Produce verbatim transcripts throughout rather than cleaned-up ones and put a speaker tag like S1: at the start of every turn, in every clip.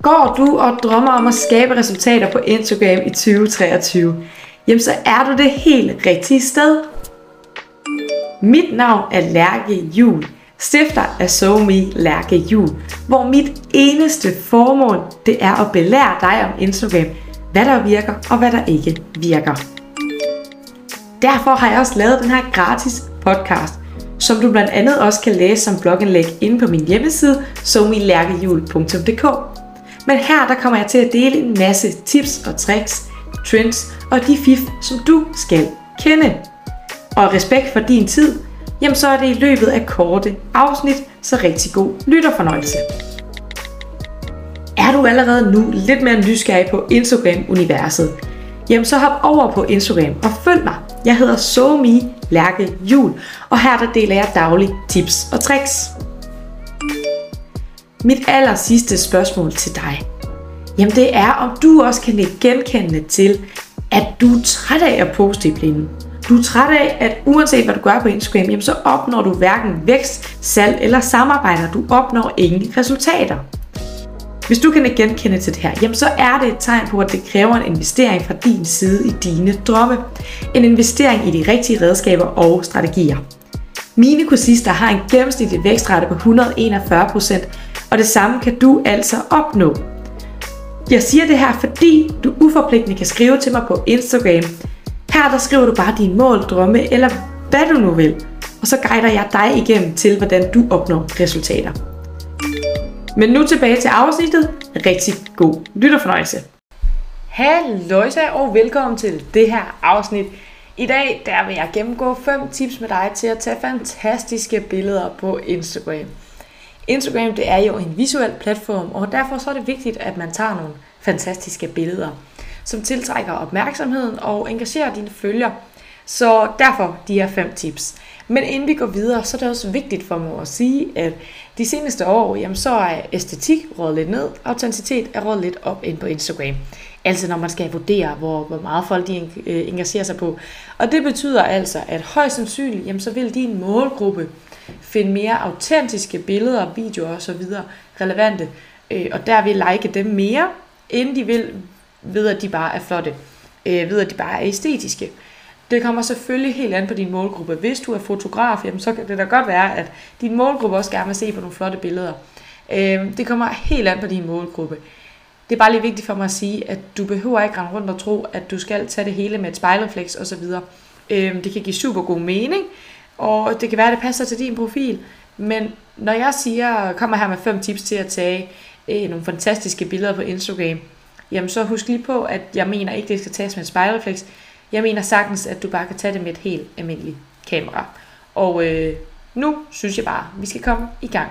S1: Går du og drømmer om at skabe resultater på Instagram i tyve treogtyve, jamen så er du det helt rigtige sted. Mit navn er Lærke Juhl, stifter af SoMe Lærke Juhl, hvor mit eneste formål det er at belære dig om Instagram, hvad der virker og hvad der ikke virker. Derfor har jeg også lavet den her gratis podcast, som du blandt andet også kan læse som blogindlæg inde på min hjemmeside some lærkehjul punktum d k. Men her der kommer jeg til at dele en masse tips og tricks, trends og de fif, som du skal kende. Og respekt for din tid, jamen så er det i løbet af korte afsnit, så rigtig god lytterfornøjelse. Er du allerede nu lidt mere nysgerrig på Instagram-universet, jamen så hop over på Instagram og følg mig. Jeg hedder SoMe Lærke Juhl, og her der deler jeg daglige tips og tricks. Mit aller sidste spørgsmål til dig, jamen det er, om du også kan lægge genkendende til, at du er træt af at poste i blinde. Du er træt af, at uanset hvad du gør på Instagram, jamen så opnår du hverken vækst, salg eller samarbejder. Du opnår ingen resultater. Hvis du kan genkende til det her, jamen så er det et tegn på, at det kræver en investering fra din side i dine drømme. En investering i de rigtige redskaber og strategier. Mine kursister har en gennemsnitlig vækstrate på et hundrede og enogfyrre procent, og det samme kan du altså opnå. Jeg siger det her, fordi du uforpligtende kan skrive til mig på Instagram. Her der skriver du bare dine mål, drømme eller hvad du nu vil, og så guider jeg dig igennem til, hvordan du opnår resultater. Men nu tilbage til afsnittet. Rigtig god lytterfornøjelse. Halløjsa og velkommen til det her afsnit. I dag der vil jeg gennemgå fem tips med dig til at tage fantastiske billeder på Instagram. Instagram det er jo en visuel platform, og derfor så er det vigtigt, at man tager nogle fantastiske billeder, som tiltrækker opmærksomheden og engagerer dine følgere. Så derfor de her fem tips. Men inden vi går videre, så er det også vigtigt for mig at sige, at de seneste år, jamen så er æstetik rådet lidt ned, autenticitet er rådet lidt op ind på Instagram. Altså når man skal vurdere, hvor, hvor meget folk de engagerer sig på. Og det betyder altså, at højst sandsynligt, jamen så vil din målgruppe finde mere autentiske billeder, videoer osv. relevante, og der vil like dem mere, end de vil ved at de bare er flotte, ved at de bare er æstetiske. Det kommer selvfølgelig helt an på din målgruppe. Hvis du er fotograf, jamen så kan det da godt være, at din målgruppe også gerne vil se på nogle flotte billeder. Det kommer helt an på din målgruppe. Det er bare lige vigtigt for mig at sige, at du behøver ikke rende rundt og tro, at du skal tage det hele med et spejlrefleks osv. Det kan give super god mening, og det kan være, at det passer til din profil. Men når jeg siger, kommer her med fem tips til at tage nogle fantastiske billeder på Instagram, jamen så husk lige på, at jeg mener ikke, det skal tages med et spejlrefleks. Jeg mener sagtens, at du bare kan tage det med et helt almindeligt kamera. Og øh, nu synes jeg bare, vi skal komme i gang.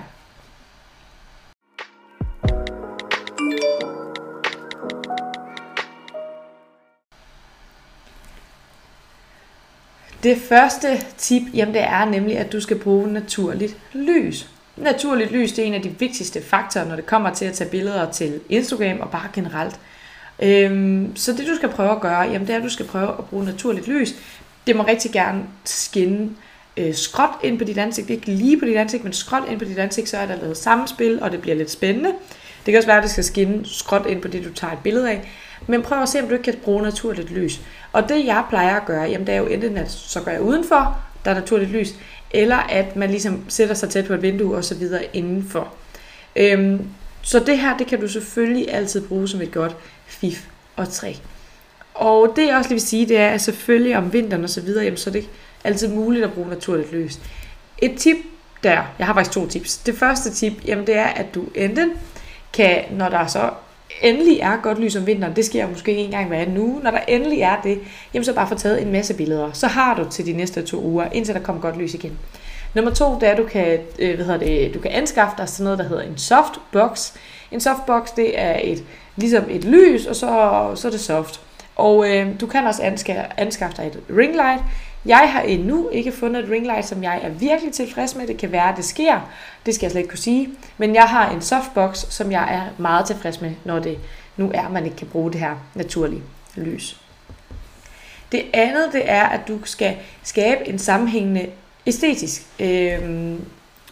S1: Det første tip, jamen det er nemlig, at du skal bruge naturligt lys. Naturligt lys, det er en af de vigtigste faktorer, når det kommer til at tage billeder til Instagram og bare generelt. Øhm, så det du skal prøve at gøre, jamen det er, at du skal prøve at bruge naturligt lys. Det må rigtig gerne skinne øh, skråt ind på dit ansigt. Ikke lige på dit ansigt, men skråt ind på dit ansigt, så er der lavet samspil, og det bliver lidt spændende. Det kan også være, at det skal skinne skråt ind på det, du tager et billede af. Men prøv at se, om du ikke kan bruge naturligt lys. Og det jeg plejer at gøre, jamen det er jo enten, at så gør jeg udenfor, der er naturligt lys, eller at man ligesom sætter sig tæt på et vindue og så videre indenfor. Øhm, så det her, det kan du selvfølgelig altid bruge som et godt fif og trick. Og det jeg også lige vil sige, det er, at selvfølgelig om vinteren og så videre, jamen, så er det altid muligt at bruge naturligt lys. Et tip der, jeg har faktisk to tips. Det første tip, jamen det er, at du enten kan, når der så endelig er godt lys om vinteren, det sker måske en gang hver anden uge, når der endelig er det, jamen så bare få taget en masse billeder. Så har du til de næste to uger, indtil der kommer godt lys igen. Nummer to, det er, at du kan, øh, hvad hedder det, du kan anskaffe dig sådan noget, der hedder en softbox. En softbox, det er et, ligesom et lys, og så, så er det soft. Og øh, du kan også anskaffe, anskaffe dig et ringlight. Jeg har endnu ikke fundet et ringlight, som jeg er virkelig tilfreds med. Det kan være, at det sker. Det skal jeg slet ikke kunne sige. Men jeg har en softbox, som jeg er meget tilfreds med, når det nu er, at man ikke kan bruge det her naturlige lys. Det andet, det er, at du skal skabe en sammenhængende æstetisk øh,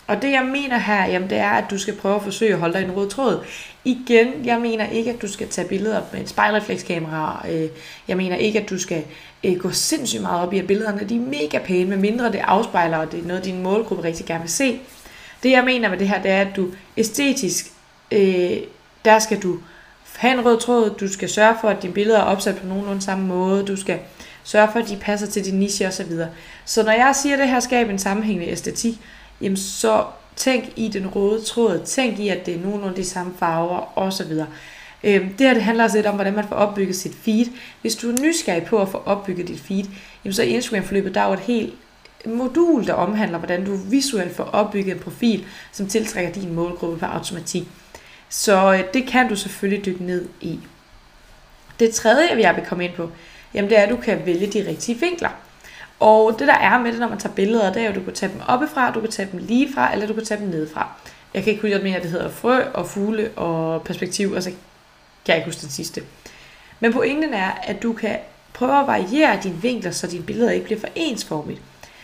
S1: Og det jeg mener her, jamen det er, at du skal prøve at forsøge at holde dig i en rød tråd. Igen, jeg mener ikke, at du skal tage billeder med et spejlreflekskamera. Jeg mener ikke, at du skal gå sindssygt meget op i, at billederne de er mega pæne, medmindre det afspejler, og det er noget, din målgruppe rigtig gerne vil se. Det jeg mener med det her, det er, at du æstetisk, øh, der skal du have en rød tråd. Du skal sørge for, at dine billeder er opsat på nogenlunde samme måde. Du skal sørge for, at de passer til din niche osv. Så når jeg siger det her, skaber en sammenhængende æstetik, jamen så tænk i den røde tråd, tænk i, at det er nogenlunde de samme farver osv. Øhm, det her det handler også lidt om, hvordan man får opbygget sit feed. Hvis du er nysgerrig på at få opbygget dit feed, jamen så i Instagram-forløbet, der er jo et helt modul, der omhandler, hvordan du visuelt får opbygget en profil, som tiltrækker din målgruppe på automatik. Så øh, det kan du selvfølgelig dykke ned i. Det tredje, jeg vil komme ind på, jamen det er, at du kan vælge de rigtige vinkler. Og det der er med det, når man tager billeder, det er jo, at du kan tage dem oppefra, du kan tage dem lige fra, eller du kan tage dem nedefra. Jeg kan ikke huske mere, at det hedder frø og fugle og perspektiv, og så kan jeg ikke huske den sidste. Men pointen er, at du kan prøve at variere dine vinkler, så dine billeder ikke bliver for ensformigt.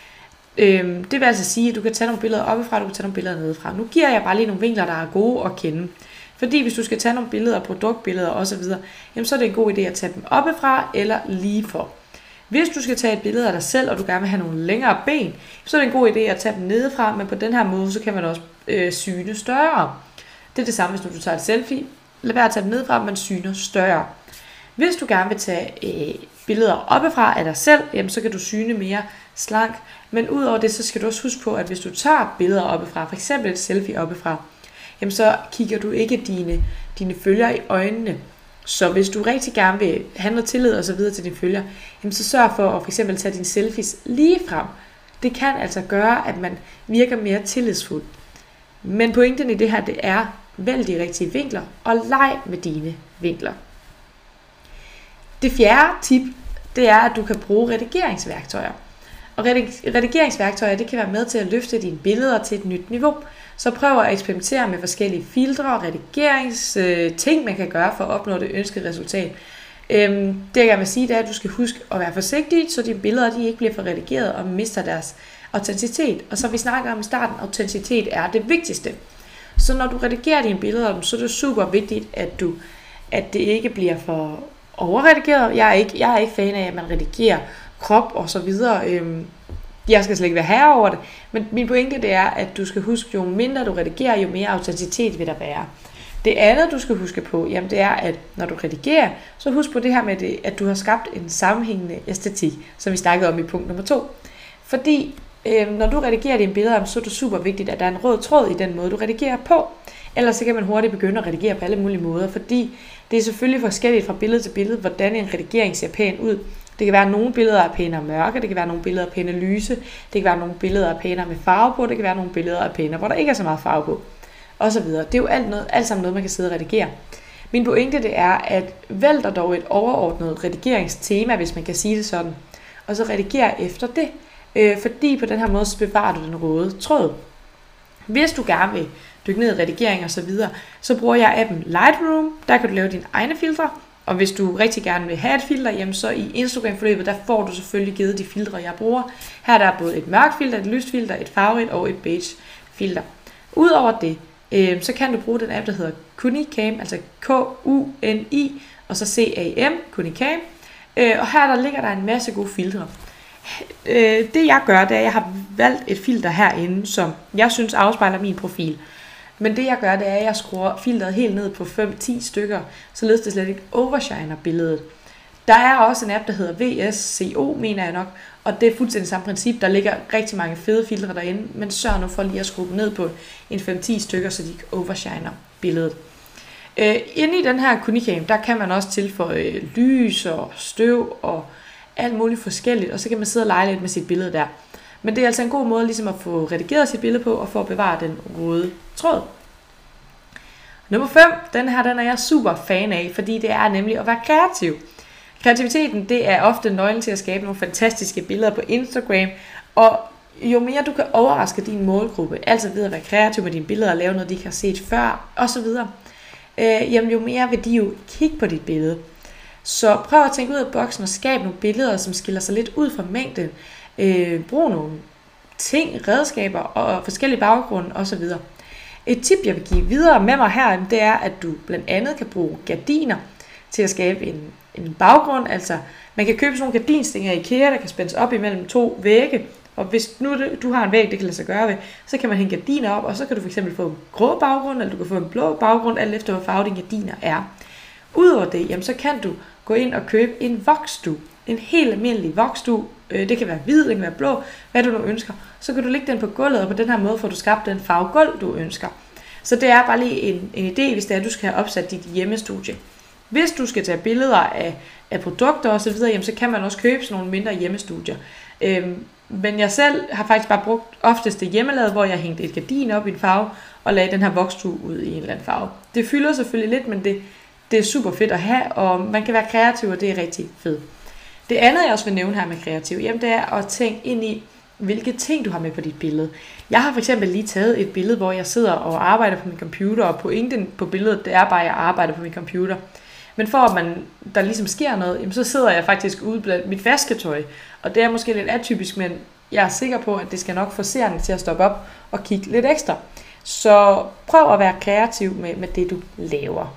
S1: Øhm, det vil altså sige, at du kan tage nogle billeder oppefra, du kan tage nogle billeder nedefra. Nu giver jeg bare lige nogle vinkler, der er gode at kende. Fordi hvis du skal tage nogle billeder, produktbilleder osv., jamen så er det en god idé at tage dem oppefra eller lige for. Hvis du skal tage et billede af dig selv, og du gerne vil have nogle længere ben, så er det en god idé at tage dem nedefra, men på den her måde, så kan man også øh, syne større. Det er det samme, hvis du tager et selfie. Lad være at tage dem nedefra, men syner større. Hvis du gerne vil tage øh, billeder oppefra af dig selv, jamen, så kan du syne mere slank. Men udover det, så skal du også huske på, at hvis du tager billeder oppefra, for eksempel et selfie oppefra, jamen, så kigger du ikke dine, dine følgere i øjnene. Så hvis du rigtig gerne vil have noget tillid og så videre til dine følgere, jamen så sørg for at for eksempel tage dine selfies lige frem. Det kan altså gøre, at man virker mere tillidsfuld. Men pointen i det her, det er, vælg de rigtige vinkler og leg med dine vinkler. Det fjerde tip, det er, at du kan bruge redigeringsværktøjer. Og redigeringsværktøjer, det kan være med til at løfte dine billeder til et nyt niveau. Så prøv at eksperimentere med forskellige filtre og redigeringsting, man kan gøre for at opnå det ønskede resultat. Det jeg gerne vil sige, det er, at du skal huske at være forsigtig, så dine billeder de ikke bliver for redigeret og mister deres autenticitet. Og så vi snakker om i starten, autenticitet er det vigtigste. Så når du redigerer dine billeder, så er det super vigtigt, at, du, at det ikke bliver for overredigeret. Jeg er ikke, jeg er ikke fan af, at man redigerer krop og så videre. Jeg skal slet ikke være herre over det, men min pointe det er, at du skal huske, jo mindre du redigerer, jo mere autenticitet vil der være. Det andet, du skal huske på, jamen det er, at når du redigerer, så husk på det her med, det, at du har skabt en sammenhængende æstetik, som vi snakkede om i punkt nummer to. Fordi øh, når du redigerer dine billeder, så er det super vigtigt, at der er en rød tråd i den måde, du redigerer på. Ellers så kan man hurtigt begynde at redigere på alle mulige måder, fordi det er selvfølgelig forskelligt fra billede til billede, hvordan en redigering ser pæn ud. Det kan være, at nogle billeder er pænere mørke, det kan være nogle billeder er pæne lyse, det kan være nogle billeder er pænere med farve på, det kan være nogle billeder er pænere, hvor der ikke er så meget farve på, og så videre. Det er jo alt, noget, alt sammen noget, man kan sidde og redigere. Min pointe det er, at vælg dig dog et overordnet redigeringstema, hvis man kan sige det sådan, og så rediger efter det, øh, fordi på den her måde så bevarer du den røde tråd. Hvis du gerne vil dykke ned i redigering og så videre, så bruger jeg appen Lightroom, der kan du lave dine egne filtre. Og hvis du rigtig gerne vil have et filter, jamen så i Instagram-forløbet, der får du selvfølgelig givet de filtre, jeg bruger. Her er der både et mørkt filter, et lyst filter, et farvet og et beige filter. Udover det, øh, så kan du bruge den app, der hedder Kunicam, altså K U N I, og så C A M, Kunicam. Øh, og her der ligger der en masse gode filtre. Øh, det jeg gør, det er, at jeg har valgt et filter herinde, som jeg synes afspejler min profil. Men det jeg gør, det er, at jeg skruer filteret helt ned på fem til ti stykker, således det slet ikke overshiner billedet. Der er også en app, der hedder V S C O, mener jeg nok, og det er fuldstændig samme princip. Der ligger rigtig mange fede filtre derinde, men sørg nu for lige at skrue dem ned på en fem til ti stykker, så de ikke overshiner billedet. Øh, inde i den her Kunicam, der kan man også tilføje lys og støv og alt muligt forskelligt, og så kan man sidde og lege lidt med sit billede der. Men det er altså en god måde ligesom at få redigeret sit billede på, og få at bevare den røde tråd. Nummer fem, den her den er jeg super fan af, fordi det er nemlig at være kreativ. Kreativiteten, det er ofte nøglen til at skabe nogle fantastiske billeder på Instagram, og jo mere du kan overraske din målgruppe, altså ved at være kreativ med dine billeder og lave noget, de ikke har set før, osv., øh, jamen jo mere vil de jo kigge på dit billede. Så prøv at tænke ud af boksen og skabe nogle billeder, som skiller sig lidt ud fra mængden. Øh, brug nogle ting, redskaber og forskellige baggrunde osv. Et tip, jeg vil give videre med mig her, det er, at du blandt andet kan bruge gardiner til at skabe en, en baggrund. Altså, man kan købe sådan nogle gardinstænger i IKEA, der kan spændes op imellem to vægge. Og hvis nu du har en væg, det kan lade sig gøre ved, så kan man hænge gardiner op, og så kan du fx få en grå baggrund, eller du kan få en blå baggrund, alt efter hvad farve dine gardiner er. Udover det, jamen, så kan du gå ind og købe en voksdug. En helt almindelig voksdug. Det kan være hvid, det kan være blå, hvad du nu ønsker. Så kan du lægge den på gulvet, og på den her måde får du skabt den farve gulv, du ønsker. Så det er bare lige en, en idé, hvis det er, at du skal have opsat dit hjemmestudie. Hvis du skal tage billeder af, af produkter osv., jamen, så kan man også købe sådan nogle mindre hjemmestudier. Øhm, men jeg selv har faktisk bare brugt oftest det hjemmelavet, hvor jeg hængte et gardin op i en farve, og lagde den her voksdug ud i en eller anden farve. Det fylder selvfølgelig lidt, men det, det er super fedt at have, og man kan være kreativ, og det er rigtig fedt. Det andet, jeg også vil nævne her med kreativ, jamen, det er at tænke ind i, hvilke ting du har med på dit billede. Jeg har for eksempel lige taget et billede, hvor jeg sidder og arbejder på min computer, og pointen på billedet, det er bare, at jeg arbejder på min computer. Men for at man, der ligesom sker noget, jamen, så sidder jeg faktisk ude blandt mit vasketøj. Og det er måske lidt atypisk, men jeg er sikker på, at det skal nok få seerne til at stoppe op og kigge lidt ekstra. Så prøv at være kreativ med, med det, du laver.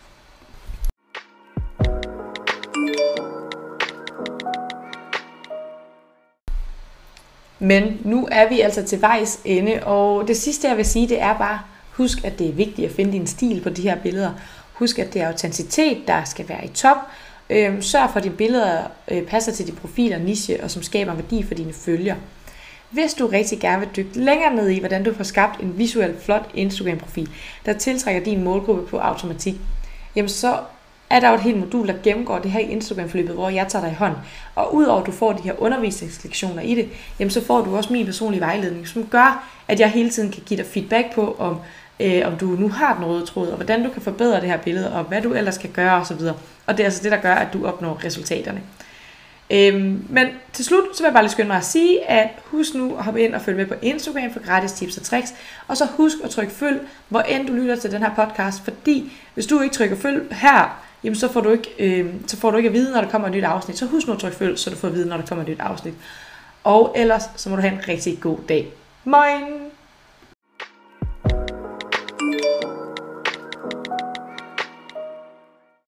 S1: Men nu er vi altså til vejs ende, og det sidste jeg vil sige, det er bare, husk at det er vigtigt at finde din stil på de her billeder. Husk at det er autenticitet, der skal være i top. Øhm, sørg for at dine billeder øh, passer til din profil og niche, og som skaber værdi for dine følgere. Hvis du rigtig gerne vil dykke længere ned i, hvordan du får skabt en visuelt flot Instagram-profil, der tiltrækker din målgruppe på automatik, jamen så er der jo et helt modul, der gennemgår det her i Instagram-forløbet, hvor jeg tager dig i hånd. Og udover at du får de her undervisningslektioner i det, jamen så får du også min personlige vejledning, som gør, at jeg hele tiden kan give dig feedback på, om, øh, om du nu har den røde tråd, og hvordan du kan forbedre det her billede, og hvad du ellers kan gøre osv. Og det er altså det, der gør, at du opnår resultaterne. Øhm, men til slut, så vil jeg bare lige skynde mig at sige, at husk nu at hoppe ind og følge med på Instagram for gratis tips og tricks, og så husk at trykke følg, hvor end du lytter til den her podcast, fordi hvis du ikke trykker følg her, jamen så får du ikke, øh, så får du ikke at vide, når der kommer et nyt afsnit. Så husk nu at trykke følg, så du får at vide, når der kommer et nyt afsnit. Og ellers, så må du have en rigtig god dag. Moin!